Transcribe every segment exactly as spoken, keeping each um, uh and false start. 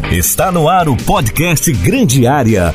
Está no ar o podcast Grande Área.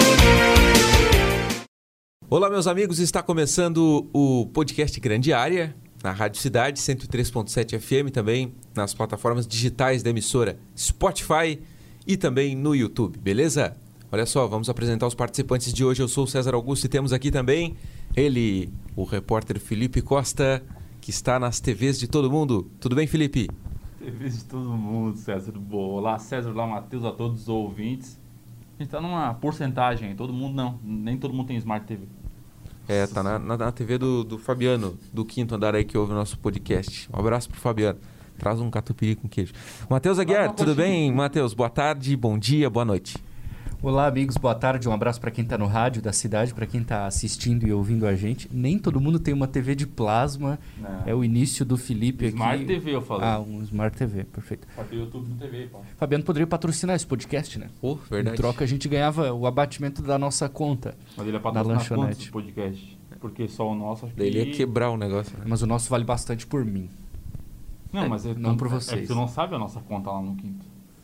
Olá, meus amigos, está começando o podcast Grande Área, na Rádio Cidade, cento e três ponto sete F M, também nas plataformas digitais da emissora Spotify e também no YouTube, beleza? Olha só, vamos apresentar os participantes de hoje. Eu sou o César Augusto e temos aqui também ele, o repórter Felipe Costa, que está nas T Vs de todo mundo. Tudo bem, Felipe? T Vs de todo mundo, César. Boa. Olá, César. Olá, Matheus, a todos os ouvintes. A gente tá numa porcentagem, todo mundo não, nem todo mundo tem Smart T V. É, tá na, na, na T V do, do Fabiano, do quinto andar aí que ouve o nosso podcast. Um abraço pro Fabiano. Traz um catupiry com queijo. Matheus Aguiar, tudo bem? Matheus, boa tarde, bom dia, boa noite. Olá, amigos, boa tarde. Um abraço para quem está no rádio da cidade, para quem está assistindo e ouvindo a gente. Nem todo mundo tem uma T V de plasma. Não. É o início do Felipe Smart aqui. Smart T V, eu falei. Ah, um Smart T V, perfeito. Pode ter YouTube no T V, pô. Fabiano poderia patrocinar esse podcast, né? Oh, verdade. Em troca, a gente ganhava o abatimento da nossa conta. Mas ele é patrocinar quantos podcast? Porque só o nosso, acho que... Ele ia quebrar o negócio, né? Mas o nosso vale bastante por mim. Não, é, mas é não tu, por vocês. É que tu não sabe a nossa conta lá no quinto.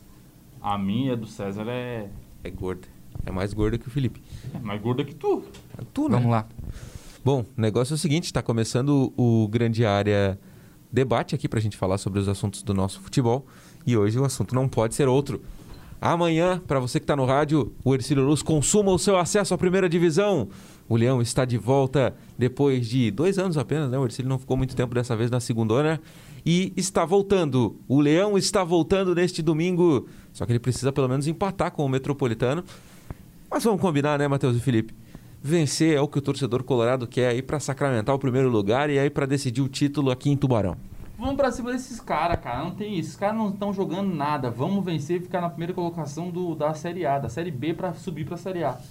A minha e a do César é... É gorda. É mais gorda que o Felipe. É mais gorda que tu. É tu, né? Vamos lá. Bom, o negócio é o seguinte, está começando o Grande Área Debate aqui para a gente falar sobre os assuntos do nosso futebol. E hoje o assunto não pode ser outro. Amanhã, para você que está no rádio, o Hercílio Luz consuma o seu acesso à primeira divisão. O Leão está de volta depois de dois anos apenas, né? O Hercílio não ficou muito tempo dessa vez na segundona. E está voltando. O Leão está voltando neste domingo. Só que ele precisa pelo menos empatar com o Metropolitano. Mas vamos combinar, né, Matheus e Felipe? Vencer é o que o torcedor colorado quer aí para sacramentar o primeiro lugar e aí para decidir o título aqui em Tubarão. Vamos pra cima desses caras, cara. Não tem isso. Esses caras não estão jogando nada. Vamos vencer e ficar na primeira colocação do, da Série A, da Série B, pra subir pra Série A.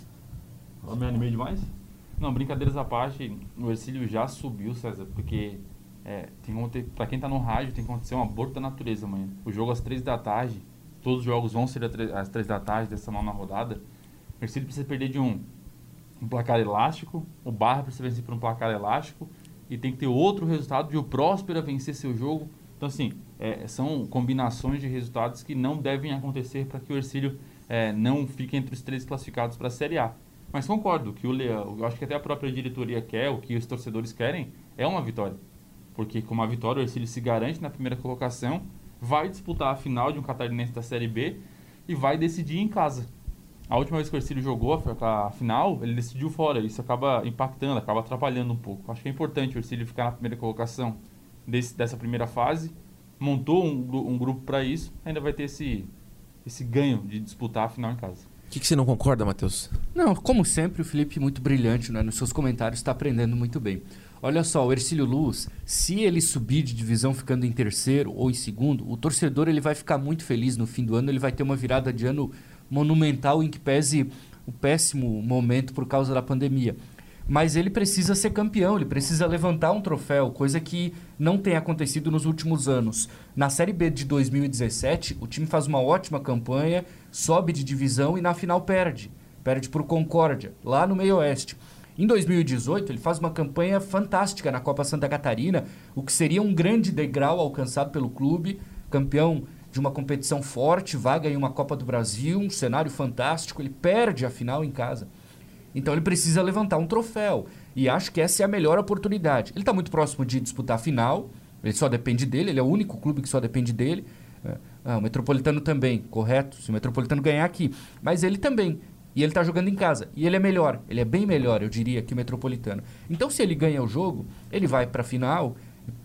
Eu me animei demais? Não, brincadeiras à parte, o Hercílio já subiu, César, porque é, tem que ter, pra quem tá no rádio tem que acontecer um aborto da natureza amanhã. O jogo às três da tarde, todos os jogos vão ser às três da tarde dessa nona rodada. O Hercílio precisa perder de um, um placar elástico, o Barra precisa vencer por um placar elástico, e tem que ter outro resultado de o Próspera vencer seu jogo. Então, assim, é, são combinações de resultados que não devem acontecer para que o Hercílio é, não fique entre os três classificados para a Série A. Mas concordo que o Leão, eu acho que até a própria diretoria quer, o que os torcedores querem, é uma vitória. Porque com uma vitória o Hercílio se garante na primeira colocação, vai disputar a final de um catarinense da Série B e vai decidir em casa. A última vez que o Hercílio jogou a final, ele decidiu fora. Isso acaba impactando, acaba atrapalhando um pouco. Acho que é importante o Hercílio ficar na primeira colocação desse, dessa primeira fase. Montou um, um grupo para isso, ainda vai ter esse, esse ganho de disputar a final em casa. O que, que você não concorda, Matheus? Não, como sempre, o Felipe muito brilhante, né? Nos seus comentários está aprendendo muito bem. Olha só, o Hercílio Luz, se ele subir de divisão ficando em terceiro ou em segundo, o torcedor ele vai ficar muito feliz no fim do ano, ele vai ter uma virada de ano monumental em que pese o péssimo momento por causa da pandemia. Mas ele precisa ser campeão, ele precisa levantar um troféu, coisa que não tem acontecido nos últimos anos. Na Série B de dois mil e dezessete, o time faz uma ótima campanha, sobe de divisão e na final perde. Perde para o Concórdia, lá no Meio Oeste. Em dois mil e dezoito, ele faz uma campanha fantástica na Copa Santa Catarina, o que seria um grande degrau alcançado pelo clube, campeão de uma competição forte, vaga em uma Copa do Brasil, um cenário fantástico, ele perde a final em casa. Então ele precisa levantar um troféu, e acho que essa é a melhor oportunidade. Ele está muito próximo de disputar a final, ele só depende dele, ele é o único clube que só depende dele. Ah, o Metropolitano também, correto, se o Metropolitano ganhar aqui, mas ele também, e ele está jogando em casa, e ele é melhor, ele é bem melhor, eu diria, que o Metropolitano. Então se ele ganha o jogo, ele vai para a final,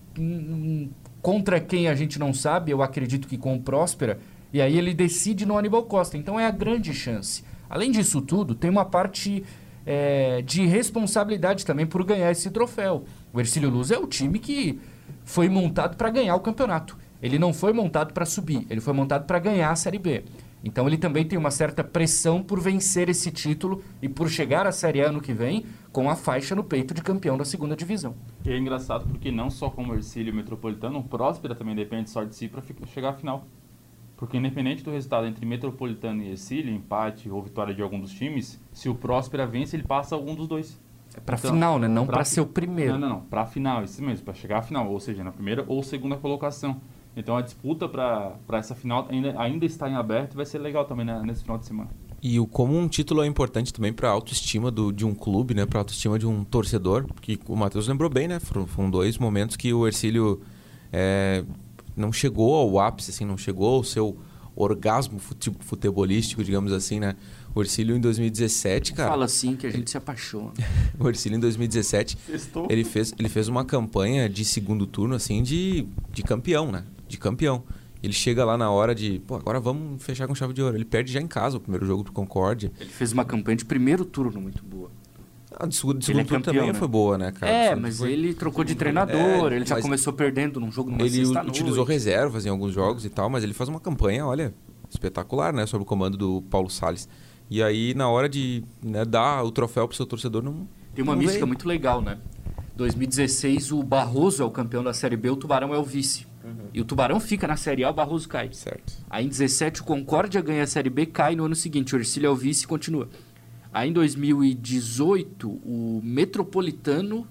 hum, contra quem a gente não sabe, eu acredito que com o Próspera, e aí ele decide no Aníbal Costa. Então é a grande chance. Além disso tudo, tem uma parte é, de responsabilidade também por ganhar esse troféu. O Hercílio Luz é o time que foi montado para ganhar o campeonato. Ele não foi montado para subir, ele foi montado para ganhar a Série B. Então ele também tem uma certa pressão por vencer esse título e por chegar à Série A ano que vem com a faixa no peito de campeão da segunda divisão. E é engraçado porque não só como o Hercílio e o Metropolitano, o Próspera também depende só de si para chegar à final. Porque independente do resultado entre Metropolitano e Hercílio, empate ou vitória de algum dos times, se o Próspera vence, ele passa algum dos dois. É para então, final, né? Não para fi... ser o primeiro. Não, não, não. Para final, isso mesmo, para chegar à final, ou seja, na primeira ou segunda colocação. Então a disputa para essa final ainda, ainda está em aberto e vai ser legal também, né, nesse final de semana. E o, como um título é importante também para a autoestima do, de um clube, né? Para a autoestima de um torcedor, que o Matheus lembrou bem, né? Foram, foram dois momentos que o Hercílio é, não chegou ao ápice, assim, não chegou ao seu orgasmo fute, futebolístico, digamos assim, né? O Hercílio em dois mil e dezessete, cara... Fala assim que a gente se apaixona. O Hercílio em dois mil e dezessete, ele fez, ele fez uma campanha de segundo turno, assim, de, de campeão, né? De campeão. Ele chega lá na hora de, pô, agora vamos fechar com chave de ouro. Ele perde já em casa o primeiro jogo do Concórdia. Ele fez uma campanha de primeiro turno muito boa. A de segundo, de segundo é turno campeão, também né? foi boa, né, cara? É, Segundo mas foi... ele trocou de treinador, É, ele já mas começou perdendo num jogo numa Ele sexta-noite. utilizou reservas em alguns jogos e tal, mas ele faz uma campanha, olha, espetacular, né? Sob o comando do Paulo Salles. E aí, na hora de, né, dar o troféu pro seu torcedor, não... Tem uma não mística veio. muito legal, né? dois mil e dezesseis, o Barroso é o campeão da Série B, o Tubarão é o vice. Uhum. E o Tubarão fica na Série A, o Barroso cai. Certo. Aí em dezessete, o Concórdia ganha a Série B, cai no ano seguinte. O Hercílio é o vice e continua. Aí em dois mil e dezoito, o Metropolitano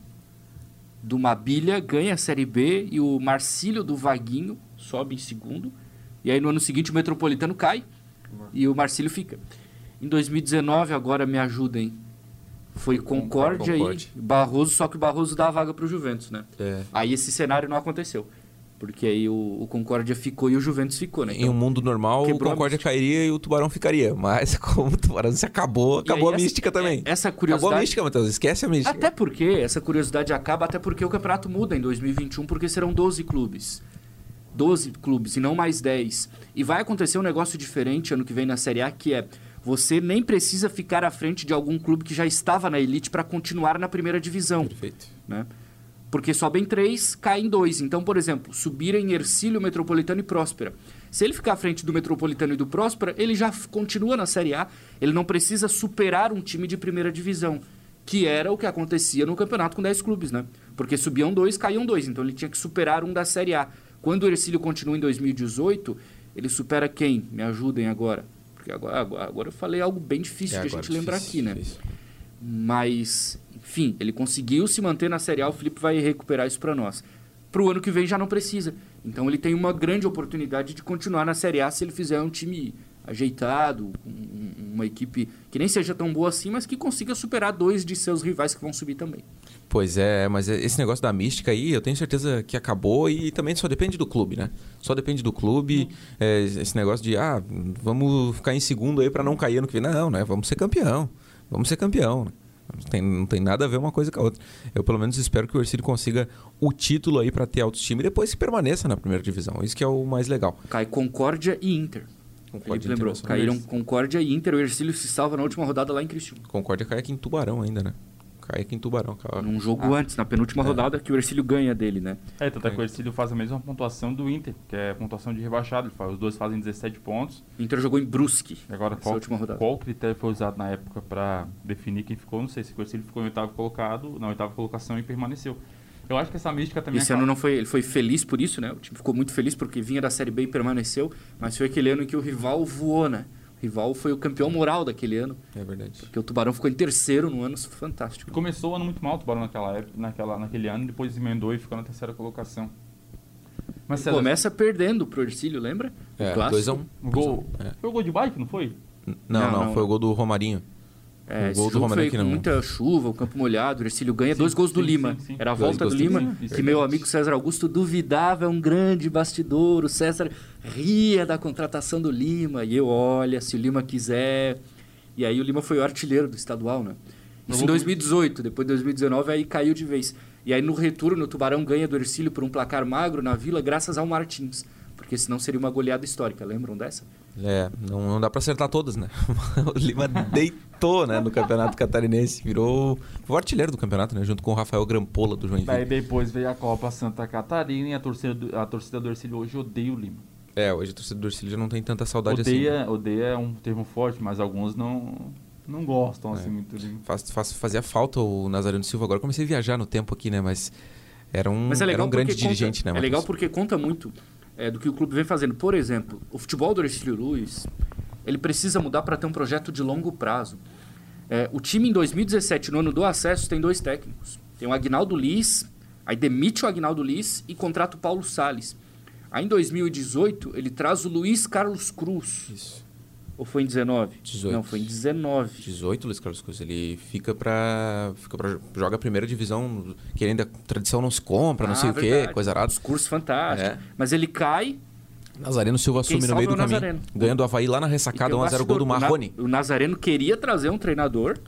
do Mabilha ganha a Série B e o Marcílio do Vaguinho sobe em segundo. E aí no ano seguinte o Metropolitano cai e o Marcílio fica. Em dois mil e dezenove, agora me ajudem, foi Concórdia e Barroso, só que o Barroso dá a vaga para o Juventus, né? É. Aí esse cenário não aconteceu. Porque aí o, o Concórdia ficou e o Juventus ficou, né? Então, em um mundo normal, o Concórdia cairia e o Tubarão ficaria. Mas como o Tubarão se acabou, acabou a essa, mística também. Essa curiosidade... Acabou a mística, Matheus. Esquece a mística. Até porque essa curiosidade acaba, até porque o campeonato muda em dois mil e vinte e um, porque serão doze clubes. doze clubes e não mais dez. E vai acontecer um negócio diferente ano que vem na Série A, que é... Você nem precisa ficar à frente de algum clube que já estava na elite para continuar na primeira divisão. Perfeito. Né? Porque sobem três, caem dois. Então, por exemplo, subirem Hercílio, Metropolitano e Próspera. Se ele ficar à frente do Metropolitano e do Próspera, ele já continua na Série A. Ele não precisa superar um time de primeira divisão, que era o que acontecia no campeonato com dez clubes, né? Porque subiam dois, caíam dois. Então, ele tinha que superar um da Série A. Quando o Hercílio continua em dois mil e dezoito, ele supera quem? Me ajudem agora. Porque agora, agora, agora eu falei algo bem difícil é, de a gente difícil, lembrar aqui, né? Difícil. Mas, enfim, ele conseguiu se manter na Série A, o Felipe vai recuperar isso para nós. Para o ano que vem já não precisa. Então ele tem uma grande oportunidade de continuar na Série A se ele fizer um time ajeitado, um, uma equipe que nem seja tão boa assim, mas que consiga superar dois de seus rivais que vão subir também. Pois é, mas esse negócio da mística aí, eu tenho certeza que acabou e também só depende do clube, né? Só depende do clube, é, esse negócio de, ah, vamos ficar em segundo aí para não cair ano que vem. Não, né? Vamos ser campeão, vamos ser campeão, né? Não tem, não tem nada a ver uma coisa com a outra. Eu, pelo menos, espero que o Hercílio consiga o título aí para ter autoestima e depois que permaneça na primeira divisão. Isso que é o mais legal. Cai Concórdia e Inter. Concórdia lembrou. Caíram Concórdia e Inter. O Hercílio se salva na última rodada lá em Criciúma. Concórdia cai aqui em Tubarão ainda, né? Cai aqui em Tubarão. Cara. Num jogo ah. antes, na penúltima é. rodada, que o Hercílio ganha dele, né? É, tanto é que o Hercílio faz a mesma pontuação do Inter, que é a pontuação de rebaixado. Os dois fazem dezessete pontos. O Inter jogou em Brusque. Agora, qual, última rodada. Qual critério foi usado na época para definir quem ficou? Não sei se o Hercílio ficou em oitavo colocado, na oitava colocação e permaneceu. Eu acho que essa mística também... Esse acaba... ano não foi, ele foi feliz por isso, né? O time ficou muito feliz porque vinha da Série B e permaneceu, mas foi aquele ano em que o rival voou, né? O rival foi o campeão moral daquele ano. É verdade. Porque o Tubarão ficou em terceiro no ano, fantástico. Começou o ano muito mal o Tubarão naquela época, naquela, naquele ano, depois emendou e ficou na terceira colocação. Mas César... Começa perdendo pro Hercílio, lembra? É, dois a um. O gol... É. Foi o gol de bike, não foi? Não, não, não, não foi não. o gol do Romarinho. É, o gol do Romarinho foi com não... muita chuva, o campo molhado, o Hercílio ganha sim, dois gols do sim, Lima. Sim, sim. Era a dois volta do Lima, do que meu amigo César Augusto duvidava, é um grande bastidor. O César ria da contratação do Lima. E eu, olha, se o Lima quiser... E aí o Lima foi o artilheiro do estadual, né? Isso em dois mil e dezoito, depois de dois mil e dezenove, aí caiu de vez. E aí no retorno, o Tubarão ganha do Hercílio por um placar magro na Vila, graças ao Martins. Porque senão seria uma goleada histórica, lembram dessa? É, não, não dá pra acertar todas, né? O Lima deitou, né, no Campeonato Catarinense, virou o artilheiro do campeonato, né, junto com o Rafael Grampola do Joinville. Daí depois veio a Copa Santa Catarina e a torcida do, a torcida do Hercílio hoje odeia o Lima. É, hoje a torcida do Hercílio já não tem tanta saudade odeia, assim. Odeia é um termo forte, mas alguns não, não gostam é. assim muito do Lima. Faz, faz, fazia falta o Nazareno Silva, agora comecei a viajar no tempo aqui, né, mas era um, mas é era um grande dirigente, conta, né? É legal porque conta muito é, do que o clube vem fazendo. Por exemplo, o futebol do Hercílio Luz, ele precisa mudar para ter um projeto de longo prazo. É, o time em dois mil e dezessete, no ano do acesso, tem dois técnicos. Tem o Aguinaldo Liz, aí demite o Aguinaldo Liz e contrata o Paulo Salles. Aí em dois mil e dezoito, ele traz o Luiz Carlos Cruz. Isso. Ou foi em dezenove? dezoito. Não, foi em dezenove. dezoito, Luiz Carlos Cruz. Ele fica pra, fica pra... Joga a primeira divisão, que ainda tradição não se compra, não Ah, sei verdade. o quê, coisa arada. Discurso fantástico. É. Mas ele cai... Nazareno Silva Quem assume no salva meio é o do caminho. Nazareno. Ganhando o Avaí lá na e ressacada, tem um a zero gol do bastidor. Marrone. O, Na- o Nazareno queria trazer um treinador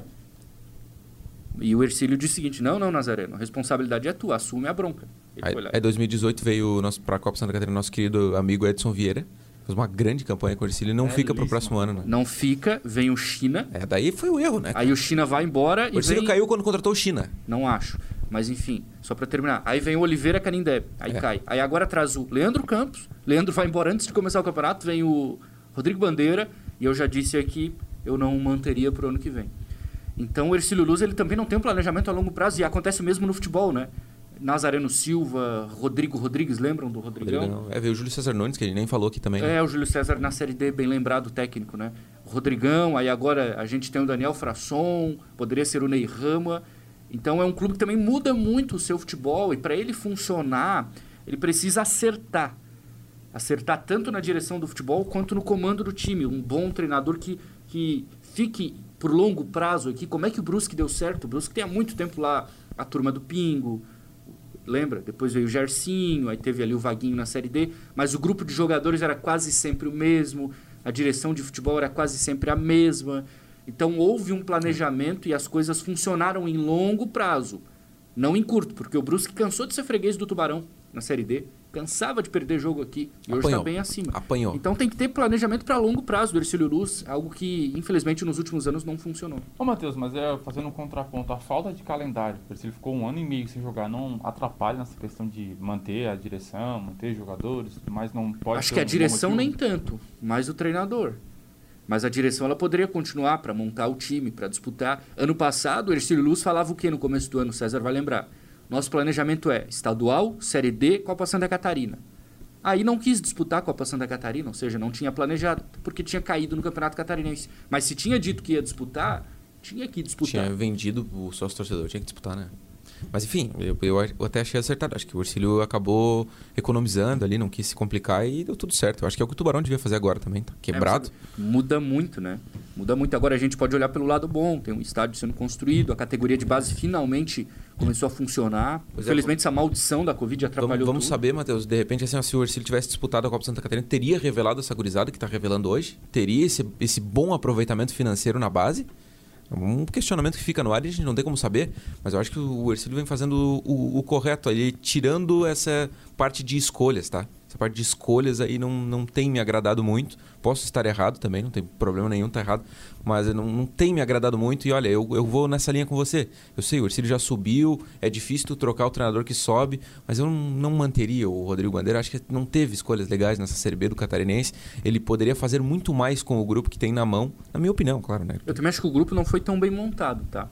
e o Ercílio disse o seguinte, não, não, Nazareno, a responsabilidade é tua, assume a bronca. Ele Aí, foi lá. aí dois mil e dezoito veio o nosso, pra Copa Santa Catarina nosso querido amigo Edson Vieira. Fez uma grande campanha com o Ercílio e não fica pro Belíssima. próximo ano, né? Não fica, vem o China, É, daí foi o erro, né? aí o China vai embora O e Ercílio vem... caiu quando contratou o China. Não acho. Mas enfim, só pra terminar. Aí vem o Oliveira Canindé, aí É. cai. Aí agora traz o Leandro Campos. Leandro vai embora antes de começar o campeonato. Vem o Rodrigo Bandeira. E eu já disse aqui, eu não manteria pro ano que vem. Então o Ercílio Luz, ele também não tem um planejamento a longo prazo. E acontece o mesmo no futebol, né? Nazareno Silva, Rodrigo Rodrigues, lembram do Rodrigão? Rodrigo, não. É, veio o Júlio César Nunes, que ele nem falou aqui também. Né? É, o Júlio César na Série D, bem lembrado, técnico, né? O Rodrigão, aí agora a gente tem o Daniel Frasson, poderia ser o Ney Rama. Então é um clube que também muda muito o seu futebol e para ele funcionar, ele precisa acertar. Acertar tanto na direção do futebol quanto no comando do time. Um bom treinador que, que fique por longo prazo aqui. Como é que o Brusque deu certo? O Brusque tem há muito tempo lá a turma do Pingo, lembra? Depois veio o Gersinho, aí teve ali o Vaguinho na Série D, mas o grupo de jogadores era quase sempre o mesmo, a direção de futebol era quase sempre a mesma. Então houve um planejamento e as coisas funcionaram em longo prazo, não em curto, porque o Brusque cansou de ser freguês do Tubarão na Série D, cansava de perder jogo aqui e hoje está Apanhou. bem acima. Apanhou. Então tem que ter planejamento para longo prazo do Ercílio Luz, algo que infelizmente nos últimos anos não funcionou. Ô, Matheus, mas é fazendo um contraponto, a falta de calendário, se ele ficou um ano e meio sem jogar, não atrapalha nessa questão de manter a direção, manter jogadores, mas não pode Acho ser que a um bom direção nem motivo? tanto, mas o treinador. Mas a direção ela poderia continuar para montar o time, para disputar. Ano passado, o Ercílio Luz falava o quê no começo do ano? O César vai lembrar. Nosso planejamento é estadual, Série D, Copa Santa Catarina. Aí não quis disputar a Copa Santa Catarina, ou seja, não tinha planejado, porque tinha caído no Campeonato Catarinense. Mas se tinha dito que ia disputar, tinha que disputar. Tinha vendido o sócio torcedor, tinha que disputar, né? Mas enfim, eu, eu até achei acertado. Acho que o Ercílio acabou economizando ali, não quis se complicar e deu tudo certo. Eu acho que é o que o Tubarão devia fazer agora também, tá? Quebrado. É, muda muito, né? Muda muito. Agora a gente pode olhar pelo lado bom. Tem um estádio sendo construído, a categoria de base finalmente começou a funcionar. Pois é, Infelizmente essa maldição da Covid atrapalhou Vamos, vamos tudo. saber, Matheus, de repente, assim, ó, se o Ercílio tivesse disputado a Copa Santa Catarina, teria revelado essa gurizada que está revelando hoje? Teria esse, esse bom aproveitamento financeiro na base? É um questionamento que fica no ar e a gente não tem como saber, mas eu acho que o Ercílio vem fazendo o, o correto ali, tirando essa parte de escolhas, tá? Essa parte de escolhas aí não, não tem me agradado muito. Posso estar errado também, não tem problema nenhum estar errado, mas não, não tem me agradado muito. E olha, eu, eu vou nessa linha com você. Eu sei, o Ercílio já subiu, é difícil tu trocar o treinador que sobe, mas eu não, não manteria o Rodrigo Bandeira. Acho que não teve escolhas legais nessa Série B do Catarinense. Ele poderia fazer muito mais com o grupo que tem na mão, na minha opinião, claro, né? Eu também acho que o grupo não foi tão bem montado, tá?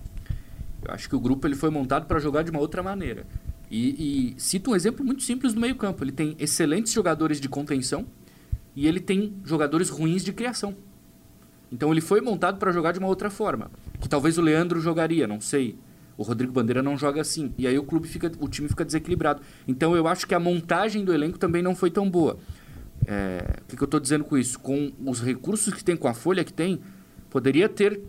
Eu acho que o grupo ele foi montado para jogar de uma outra maneira. E, e cito um exemplo muito simples do meio-campo. Ele tem excelentes jogadores de contenção e ele tem jogadores ruins de criação. Então ele foi montado para jogar de uma outra forma, que talvez o Leandro jogaria, não sei. O Rodrigo Bandeira não joga assim. E aí o clube fica, o time fica desequilibrado. Então eu acho que a montagem do elenco também não foi tão boa. É, o que, que eu estou dizendo com isso? Com os recursos que tem, com a folha que tem, poderia ter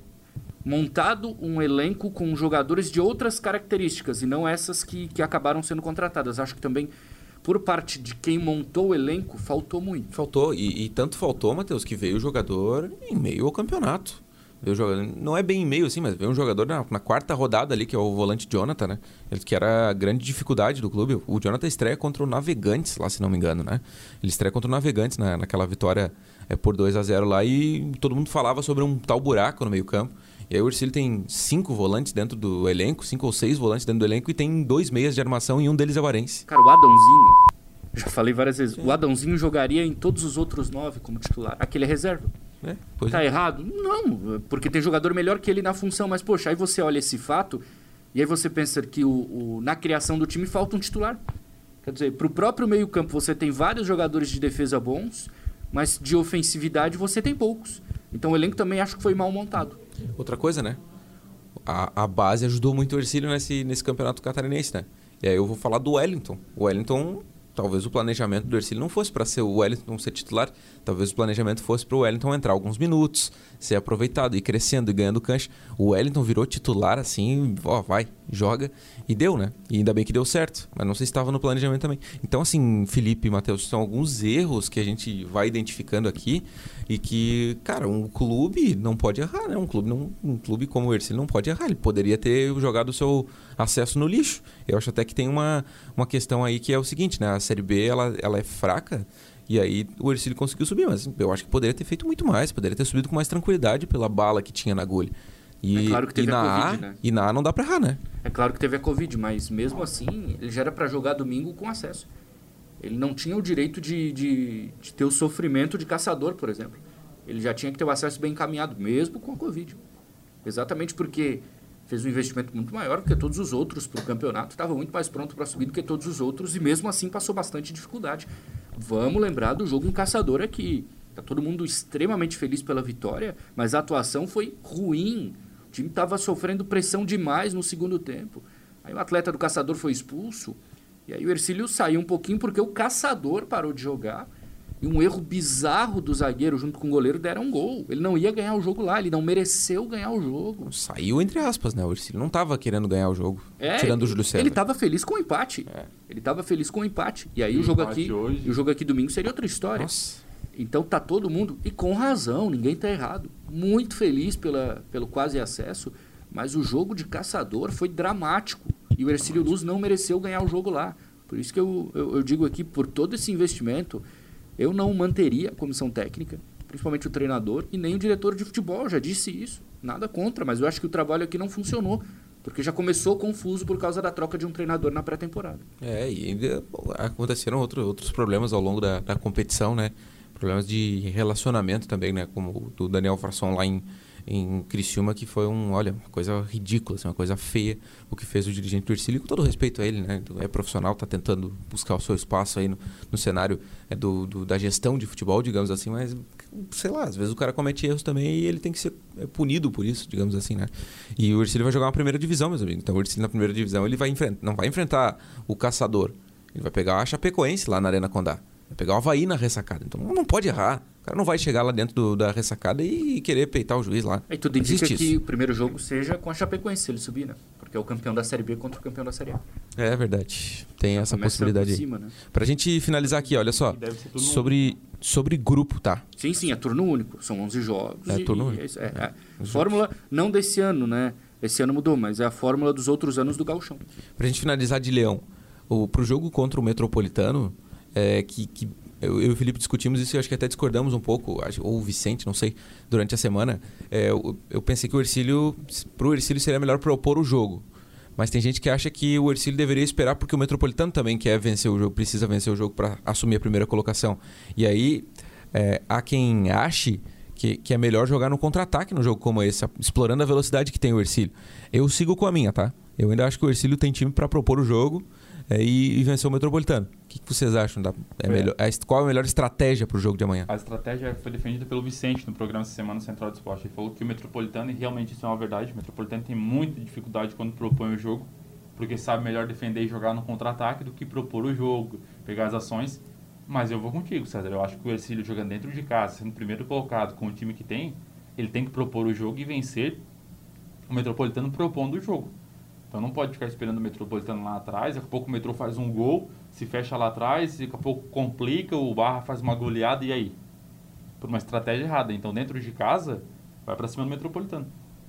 montado um elenco com jogadores de outras características e não essas que, que acabaram sendo contratadas. Acho que também, por parte de quem montou o elenco, faltou muito. Faltou, e, e tanto faltou, Matheus, que veio o jogador em meio ao campeonato. Veio o jogador, não é bem em meio assim, mas veio um jogador na, na quarta rodada ali, que é o volante Jonathan, né? Ele, que era a grande dificuldade do clube. O Jonathan estreia contra o Navegantes, lá se não me engano, né? Ele estreia contra o Navegantes na, naquela vitória é, por dois a zero lá e todo mundo falava sobre um tal buraco no meio campo. E aí o Ercílio tem cinco volantes dentro do elenco, cinco ou seis volantes dentro do elenco e tem dois meias de armação e um deles é o Arense. Cara, o Adãozinho, já falei várias vezes, Sim. o Adãozinho jogaria em todos os outros nove como titular. Aquele é reserva. É, pois tá é. errado? Não, porque tem jogador melhor que ele na função. Mas, poxa, aí você olha esse fato e aí você pensa que o, o, na criação do time falta um titular. Quer dizer, pro próprio meio campo você tem vários jogadores de defesa bons, mas de ofensividade você tem poucos. Então o elenco também acho que foi mal montado. Outra coisa, né? A, a base ajudou muito o Ercílio nesse, nesse campeonato catarinense, né? E aí eu vou falar do Wellington. O Wellington talvez o planejamento do Ercílio não fosse para ser o Wellington ser titular, talvez o planejamento fosse para o Wellington entrar alguns minutos, ser aproveitado, ir crescendo e ganhando cancha. O Wellington virou titular assim, ó, vai, joga, e deu, né? E ainda bem que deu certo, mas não sei se estava no planejamento também. Então, assim, Felipe e Matheus, são alguns erros que a gente vai identificando aqui e que, cara, um clube não pode errar, né? Um clube, não, um clube como o Ercílio não pode errar, ele poderia ter jogado o seu acesso no lixo. Eu acho até que tem uma, uma questão aí que é o seguinte, né? A Série B, ela, ela é fraca e aí o Ercílio conseguiu subir, mas eu acho que poderia ter feito muito mais, poderia ter subido com mais tranquilidade pela bala que tinha na agulha. E, é claro que teve e na a Covid, A, né? E na A não dá pra errar, né? É claro que teve a Covid, mas mesmo assim, ele já era para jogar domingo com acesso. Ele não tinha o direito de, de, de ter o sofrimento de caçador, por exemplo. Ele já tinha que ter o acesso bem encaminhado, mesmo com a Covid. Exatamente porque fez um investimento muito maior do que todos os outros para o campeonato, estava muito mais pronto para subir do que todos os outros e mesmo assim passou bastante dificuldade. Vamos lembrar do jogo em Caçador aqui. Está todo mundo extremamente feliz pela vitória, mas a atuação foi ruim. O time estava sofrendo pressão demais no segundo tempo. Aí o atleta do Caçador foi expulso e aí o Ercílio saiu um pouquinho porque o Caçador parou de jogar. E um erro bizarro do zagueiro junto com o goleiro deram um gol. Ele não ia ganhar o jogo lá, ele não mereceu ganhar o jogo. Saiu entre aspas, né? O Ercílio não estava querendo ganhar o jogo, é, tirando o Júlio César. Ele estava feliz com o empate. É. Ele estava feliz com o empate. E aí e o jogo aqui, hoje... e o jogo aqui domingo seria outra história. Nossa. Então tá todo mundo, e com razão, ninguém tá errado, muito feliz pela, pelo quase acesso, mas o jogo de Caçador foi dramático. E o Ercílio Luz não mereceu ganhar o jogo lá. Por isso que eu, eu, eu digo aqui, por todo esse investimento, eu não manteria a comissão técnica, principalmente o treinador, e nem o diretor de futebol, eu já disse isso. Nada contra, mas eu acho que o trabalho aqui não funcionou, porque já começou confuso por causa da troca de um treinador na pré-temporada. É, e ainda aconteceram outro, outros problemas ao longo da, da competição, né? Problemas de relacionamento também, né? Como o do Daniel Frasson lá em, em Criciúma, que foi um, olha, uma coisa ridícula, assim, uma coisa feia, o que fez o dirigente do Ercílio, com todo respeito a ele, né? É profissional, está tentando buscar o seu espaço aí no, no cenário é, do, do, da gestão de futebol, digamos assim, mas, sei lá, às vezes o cara comete erros também e ele tem que ser punido por isso, digamos assim, né? E o Ercílio vai jogar uma primeira divisão, meus amigos. Então o Ercílio na primeira divisão, ele vai enfrentar, não vai enfrentar o Caçador, ele vai pegar a Chapecoense lá na Arena Condá. Vai pegar o Avaí na ressacada. Então não pode errar. O cara não vai chegar lá dentro do, da ressacada e querer peitar o juiz lá. E tudo indica que isso. O primeiro jogo seja com a Chapecoense, se ele subir, né? Porque é o campeão da Série B contra o campeão da Série A. É verdade. Tem Já essa possibilidade cima, aí. Né? Pra gente finalizar aqui, olha só. Sobre, sobre grupo, tá? Sim, sim. É turno único. São onze jogos. É e, turno único. É, é, é. Fórmula não desse ano, né? Esse ano mudou, mas é a fórmula dos outros anos do Gauchão. Pra gente finalizar de Leão. O, pro jogo contra o Metropolitano, é, que... que Eu, eu e o Felipe discutimos isso e acho que até discordamos um pouco, ou o Vicente, não sei, durante a semana. É, eu, eu pensei que o Ercílio, pro Ercílio seria melhor propor o jogo. Mas tem gente que acha que o Ercílio deveria esperar porque o Metropolitano também quer vencer o jogo, precisa vencer o jogo para assumir a primeira colocação. E aí, é, há quem ache que, que é melhor jogar no contra-ataque no jogo como esse, explorando a velocidade que tem o Ercílio. Eu sigo com a minha, tá? Eu ainda acho que o Ercílio tem time para propor o jogo. É, e, e vencer o Metropolitano. O que, que vocês acham? Da, é é. Melhor, é, qual a melhor estratégia para o jogo de amanhã? A estratégia foi defendida pelo Vicente no programa essa semana no Central do Esporte. Ele falou que o Metropolitano, e realmente isso é uma verdade, o Metropolitano tem muita dificuldade quando propõe o jogo, porque sabe melhor defender e jogar no contra-ataque do que propor o jogo, pegar as ações. Mas eu vou contigo, César. Eu acho que o Ercílio jogando dentro de casa, sendo o primeiro colocado com o time que tem, ele tem que propor o jogo e vencer o Metropolitano propondo o jogo. Então não pode ficar esperando o Metropolitano lá atrás, daqui a pouco o Metrô faz um gol, se fecha lá atrás, daqui a pouco complica, o Barra faz uma goleada e aí? Por uma estratégia errada. Então dentro de casa, vai para cima do Metropolitano.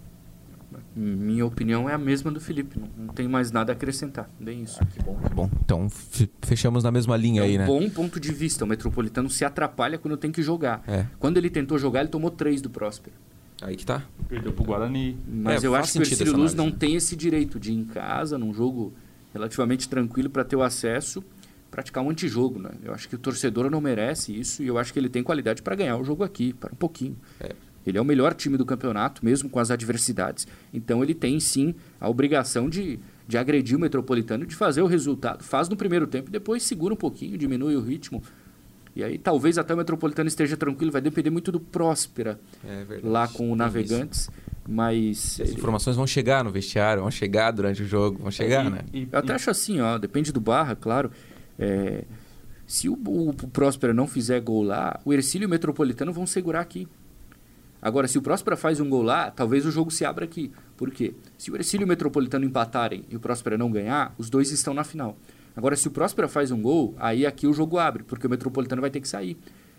Minha opinião é a mesma do Felipe, não, não tem mais nada a acrescentar, bem isso. Ah, que bom, que bom. Então fechamos na mesma linha é aí, um né? Bom ponto de vista, o Metropolitano se atrapalha quando tem que jogar. É. Quando ele tentou jogar, ele tomou três do Próspero. Aí que tá. Perdeu pro Guarani. Mas é, eu acho que o Ercílio Luz não tem esse direito de ir em casa, num jogo relativamente tranquilo para ter o acesso, praticar um antijogo, né? Eu acho que o torcedor não merece isso e eu acho que ele tem qualidade para ganhar o jogo aqui, para um pouquinho. É. Ele é o melhor time do campeonato, mesmo com as adversidades. Então ele tem sim a obrigação de, de agredir o Metropolitano, de fazer o resultado. Faz no primeiro tempo e depois segura um pouquinho, diminui o ritmo. E aí talvez até o Metropolitano esteja tranquilo, vai depender muito do Próspera é lá com o Navegantes, mas... As informações vão chegar no vestiário, vão chegar durante o jogo, vão chegar, é, e, né? E, eu até acho assim, ó, depende do Barra, claro, é, Se o, o, o Próspera não fizer gol lá, o Ercílio e o Metropolitano vão segurar aqui. Agora, se o Próspera faz um gol lá, talvez o jogo se abra aqui. Por quê? Se o Ercílio e o Metropolitano empatarem e o Próspera não ganhar, os dois estão na final. Agora, se o Próspera faz um gol, aí aqui o jogo abre, porque o Metropolitano vai ter que sair.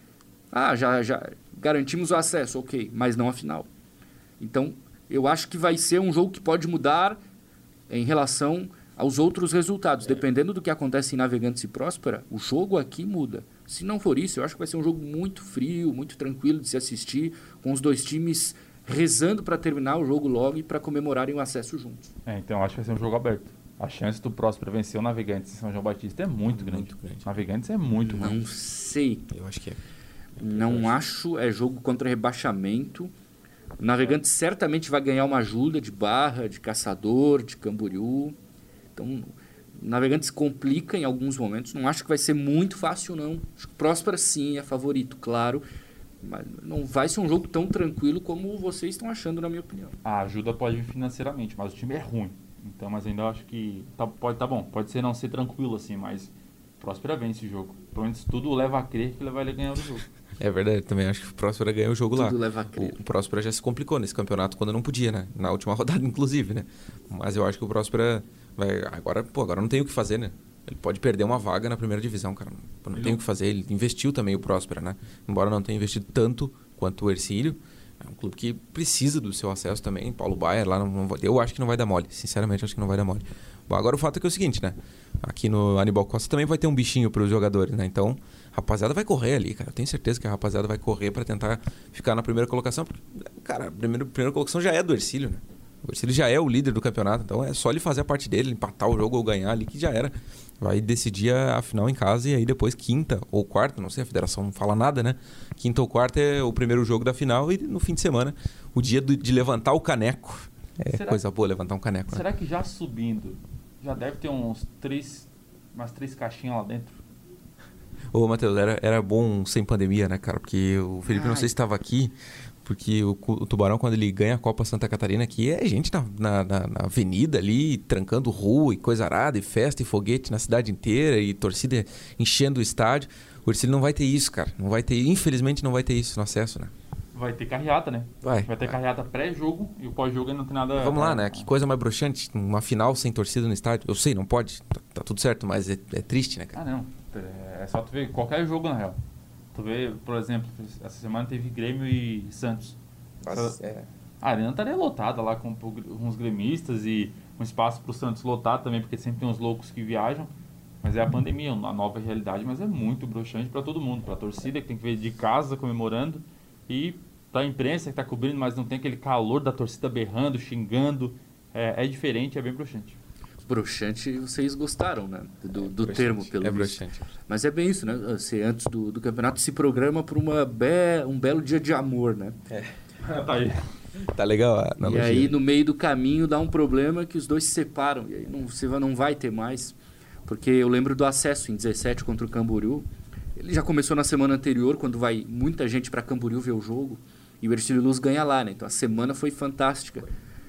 Ah, já, já garantimos o acesso, ok, mas não a final. Então, eu acho que vai ser um jogo que pode mudar em relação aos outros resultados. É. Dependendo do que acontece em Navegantes e Próspera, o jogo aqui muda. Se não for isso, eu acho que vai ser um jogo muito frio, muito tranquilo de se assistir, com os dois times rezando para terminar o jogo logo e para comemorarem o acesso juntos. É, então eu acho que vai ser um jogo aberto. A chance do Próspera vencer o Navegantes em São João Batista é muito grande. Muito grande. Navegantes é muito Não grande. sei. Eu acho que é. Não acho, é jogo contra rebaixamento. O Navegantes certamente vai ganhar uma ajuda de Barra, de Caçador, de Camboriú. Então, o Navegantes complica em alguns momentos. Não acho que vai ser muito fácil, não. Acho que Próspera, sim, é favorito, claro. Mas não vai ser um jogo tão tranquilo como vocês estão achando, na minha opinião. A ajuda pode vir financeiramente, mas o time é ruim. Então, mas ainda acho que tá, pode tá bom. Pode ser não ser tranquilo assim, mas Próspera vence o jogo. Pelo menos tudo leva a crer que ele vai ganhar o jogo. É verdade, também acho que o Próspera ganhou o jogo Tudo lá. leva a crer. O, o Próspera já se complicou nesse campeonato quando não podia, né? Na última rodada, inclusive, né? Mas eu acho que o Próspera vai... Agora, pô, agora não tem o que fazer, né? Ele pode perder uma vaga na primeira divisão, cara. Não ele tem não... o que fazer. Ele investiu também o Próspera, né? Embora não tenha investido tanto quanto o Ercílio. É um clube que precisa do seu acesso também. Paulo Baier lá, não, não, eu acho que não vai dar mole. Sinceramente, acho que não vai dar mole. Bom, agora o fato é que é o seguinte, né? Aqui no Aníbal Costa também vai ter um bichinho para os jogadores, né? Então, a rapaziada vai correr ali, cara. Eu tenho certeza que a rapaziada vai correr para tentar ficar na primeira colocação. Porque, cara, a primeira, primeira colocação já é do Ercílio, né? O Ercílio já é o líder do campeonato. Então, é só ele fazer a parte dele, empatar o jogo ou ganhar ali, que já era. Vai decidir a, a final em casa e aí depois quinta ou quarta, não sei, a federação não fala nada, né? Quinta ou quarta é o primeiro jogo da final e no fim de semana, o dia do, de levantar o caneco. É será, coisa boa levantar um caneco, será né? que já subindo, já deve ter uns três, umas três caixinhas lá dentro? Ô, Matheus, era, era bom sem pandemia, né, cara? Porque o Felipe, Ai. não sei se estava aqui, porque o, o Tubarão, quando ele ganha a Copa Santa Catarina aqui, é gente na, na, na, na avenida ali, trancando rua e coisa arada, e festa e foguete na cidade inteira, e torcida enchendo o estádio. O Ercílio não vai ter isso, cara. Não vai ter, infelizmente não vai ter isso no acesso, né? Vai ter carreata, né? Vai. Vai ter vai. carreata pré-jogo e o pós-jogo não tem nada... Vamos lá, né? Que coisa mais broxante. Uma final sem torcida no estádio. Eu sei, não pode. Tá, tá tudo certo, mas é, é triste, né, cara? Ah, não. É só tu ver qualquer jogo, na real. Tu vê, por exemplo, essa semana teve Grêmio e Santos. Nossa, é. A arena estaria lotada lá com, com uns gremistas e um espaço pro Santos lotado também, porque sempre tem uns loucos que viajam. Mas é a pandemia, a nova realidade, mas é muito broxante para todo mundo. Pra torcida que tem que ver de casa comemorando e pra imprensa que tá cobrindo, mas não tem aquele calor da torcida berrando, xingando. É, é diferente, é bem broxante. Broxante, vocês gostaram, né? Do, do termo, pelo é visto. Broxante. Mas é bem isso, né? Você, antes do, do campeonato, se programa para uma be um belo dia de amor, né? É. Tá aí. Tá legal a analogia. E aí, no meio do caminho, dá um problema que os dois se separam. E aí não, você não vai ter mais. Porque eu lembro do acesso em dezessete contra o Camboriú. Ele já começou na semana anterior, quando vai muita gente para Camboriú ver o jogo. E o Ercílio Luz ganha lá, né? Então a semana foi fantástica.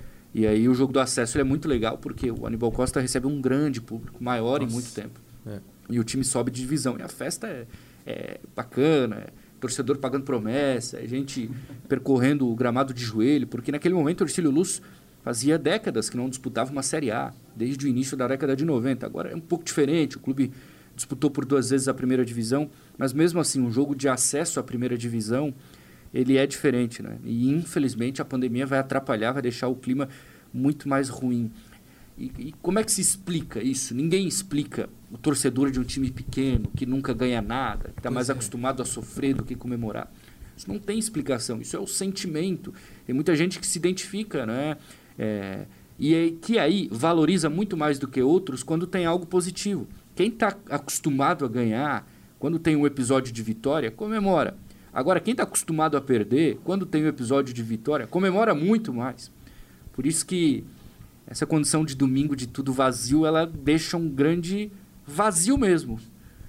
E aí o jogo do acesso ele é muito legal, porque o Aníbal Costa recebe um grande público, maior Nossa. em muito tempo. É. E o time sobe de divisão. E a festa é, é bacana, é torcedor pagando promessa, é gente percorrendo o gramado de joelho, porque naquele momento o Ercílio Luz fazia décadas que não disputava uma Série A, desde o início da década de noventa. Agora é um pouco diferente, o clube disputou por duas vezes a primeira divisão, mas mesmo assim, um jogo de acesso à primeira divisão, ele é diferente, né? E infelizmente a pandemia vai atrapalhar, vai deixar o clima muito mais ruim. E, e como é que se explica isso? Ninguém explica o torcedor de um time pequeno, que nunca ganha nada, que está mais é. acostumado a sofrer do que comemorar. Isso não tem explicação, isso é o sentimento. Tem muita gente que se identifica, né? É, e é, que aí valoriza muito mais do que outros quando tem algo positivo. Quem está acostumado a ganhar, quando tem um episódio de vitória, comemora. Agora, quem está acostumado a perder, quando tem um episódio de vitória, comemora muito mais. Por isso que essa condição de domingo de tudo vazio, ela deixa um grande vazio mesmo.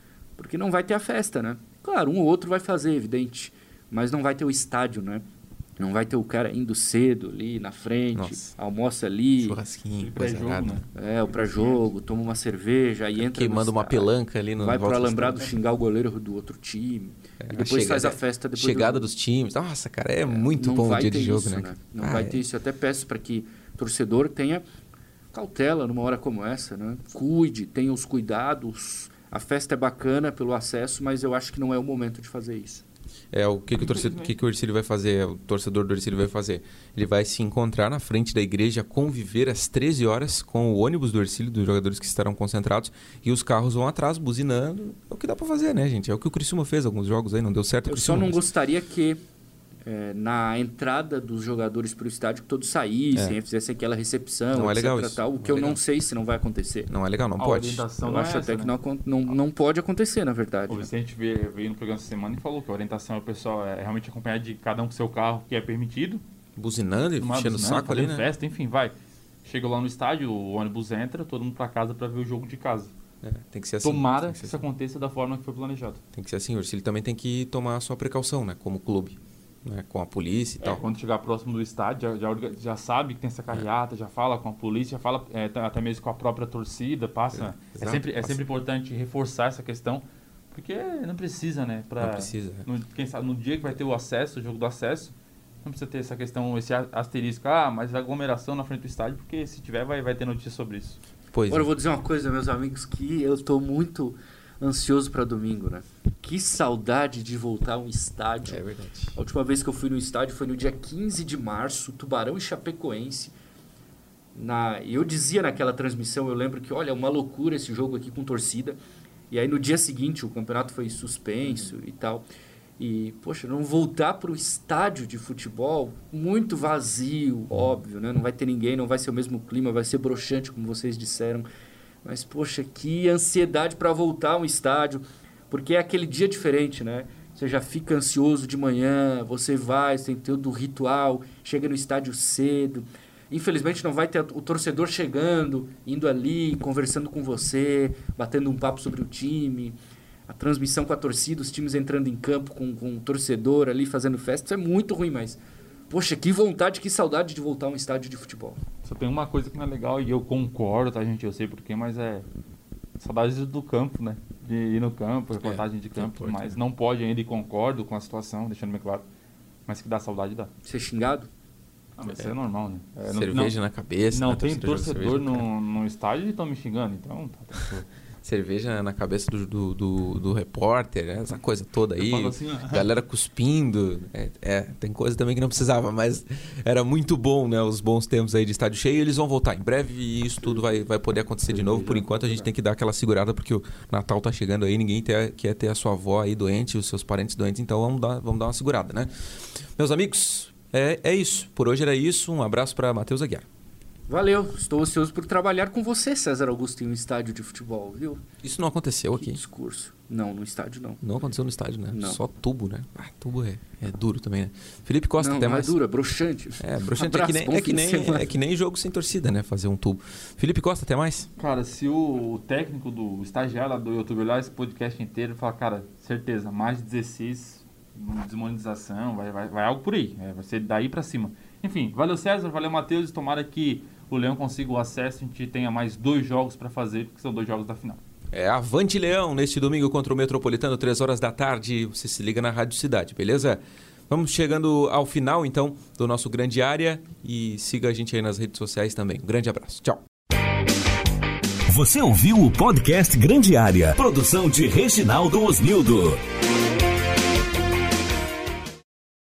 Porque não vai ter a festa, né? Claro, um ou outro vai fazer, evidente. Mas não vai ter o estádio, né? Não vai ter o cara indo cedo ali na frente, Nossa. almoça ali. Churrasquinho, Pra coisa jogo, nada. né? É, o pré-jogo, toma uma cerveja, aí entra Queimando no uma estádio, pelanca ali no vai pro volta do alambrado estádio. xingar o goleiro do outro time. É, e depois a faz a chegada- festa depois Chegada do jogo. dos times. Nossa, cara, é muito Não bom o vai dia ter de jogo, isso, né? né? cara? Não Ah, vai é. ter isso. Eu até peço para que o torcedor tenha cautela numa hora como essa, né? Cuide, tenha os cuidados. A festa é bacana pelo acesso, mas eu acho que não é o momento de fazer isso. É, o que, que, o, torcedor, o que, que o Ercílio vai fazer, o torcedor do Ercílio vai fazer? Ele vai se encontrar na frente da igreja, conviver às treze horas com o ônibus do Ercílio, dos jogadores que estarão concentrados, e os carros vão atrás, buzinando. É o que dá pra fazer, né, gente? É o que o Criciúma fez alguns jogos aí, não deu certo. o Eu só Criciúma, não mas- gostaria que é, na entrada dos jogadores para o estádio que todos saíssem, É. fizessem aquela recepção, Não é etc, legal isso. tal, o Não que é eu não legal. sei se não vai acontecer. Não é legal, não A pode. orientação Eu não acho é até essa, que né? não, acon- não, não pode acontecer, na verdade. O né? Vicente veio, veio no programa essa semana e falou que a orientação é o pessoal é realmente acompanhar de cada um com seu carro, que é permitido. Buzinando e Numa enchendo o buzinando, saco ali, fazendo né? festa, enfim, vai. Chega lá no estádio, o ônibus entra, todo mundo pra casa pra ver o jogo de casa. É, tem que ser assim. Tomara tem que que ser isso assim. aconteça da forma que foi planejado. Tem que ser assim. O Ercílio também tem que tomar a sua precaução, né? Como clube. Né? Com a polícia e É, tal. quando chegar próximo do estádio, já, já, orga- já sabe que tem essa carreata, já fala com a polícia, já fala é, tá- até mesmo com a própria torcida, passa. É, É, exato, sempre, é passa. sempre importante reforçar essa questão, porque não precisa, né? Pra, Não precisa. é. No, quem sabe, no dia que vai ter o acesso, o jogo do acesso, não precisa ter essa questão, esse a- asterisco, ah, mas aglomeração na frente do estádio, porque se tiver vai, vai ter notícia sobre isso. Pois Agora é. eu vou dizer uma coisa, meus amigos, que eu tô muito ansioso para domingo, né? Que saudade de voltar a um estádio. É verdade. A última vez que eu fui no estádio foi no dia quinze de março, Tubarão e Chapecoense. Na, e eu dizia naquela transmissão, eu lembro que, olha, é uma loucura esse jogo aqui com torcida. E aí no dia seguinte o campeonato foi suspenso e tal. E, poxa, não voltar para o estádio de futebol, muito vazio, óbvio, né? Não vai ter ninguém, não vai ser o mesmo clima, vai ser broxante, como vocês disseram. Mas, poxa, que ansiedade para voltar a um estádio, porque é aquele dia diferente, né? Você já fica ansioso de manhã, você vai, você tem todo o ritual, chega no estádio cedo. Infelizmente não vai ter o torcedor chegando, indo ali, conversando com você, batendo um papo sobre o time. A transmissão com a torcida, os times entrando em campo com, com o torcedor ali fazendo festa, isso é muito ruim, mas... Poxa, que vontade, que saudade de voltar a um estádio de futebol. Só tem uma coisa que não é legal, e eu concordo, tá, gente? Eu sei porquê, mas é saudades do campo, né? De ir no campo, reportagem de campo, importa, mas né? não pode ainda, e concordo com a situação, deixando bem claro. Mas que dá saudade, dá. Ser xingado? Ah, mas isso é normal, né? É, não- Cerveja na cabeça. Não, né? tem Torcedor joga torcedor cerveja, cara. no, no estádio e estão me xingando, então tá tranquilo. Cerveja na cabeça do, do, do, do repórter, né? Essa coisa toda aí. Eu falo assim, ó. Galera cuspindo. É, é, tem coisa também que não precisava, mas era muito bom, né? Os bons tempos aí de estádio cheio. Eles vão voltar em breve e isso tudo vai, vai poder acontecer de novo. Por enquanto a gente tem que dar aquela segurada porque o Natal tá chegando aí. Ninguém ter, quer ter a sua avó aí doente, os seus parentes doentes. Então vamos dar, vamos dar uma segurada, né? Meus amigos, é, é isso. Por hoje era isso. Um abraço para Matheus Aguiar. Valeu, estou ansioso por trabalhar com você, César Augusto, em um estádio de futebol, viu? Isso não aconteceu Que aqui. discurso. Não, no estádio não. Não aconteceu no estádio, né? Não. Só tubo, né? Ah, tubo é, é duro também, né? Felipe Costa, não, até não mais. é dura, é broxante. É, broxante é Abraço, que, nem, bom é, que fim de nem, semana. é que nem jogo sem torcida, né? Fazer um tubo. Felipe Costa, até mais. Cara, se o técnico do o estagiário lá do YouTube olhar esse podcast inteiro e falar, cara, certeza, mais de dezesseis, desmonetização, vai, vai, vai algo por aí. É, vai ser daí pra cima. Enfim, valeu César, valeu Matheus, tomara que o Leão consiga o acesso, a gente tenha mais dois jogos pra fazer, porque são dois jogos da final. É Avante Leão, neste domingo contra o Metropolitano, três horas da tarde. Você se liga na Rádio Cidade, beleza? Vamos chegando ao final, então, do nosso Grande Área. E siga a gente aí nas redes sociais também. Um grande abraço. Tchau. Você ouviu o podcast Grande Área. Produção de Reginaldo Osnildo.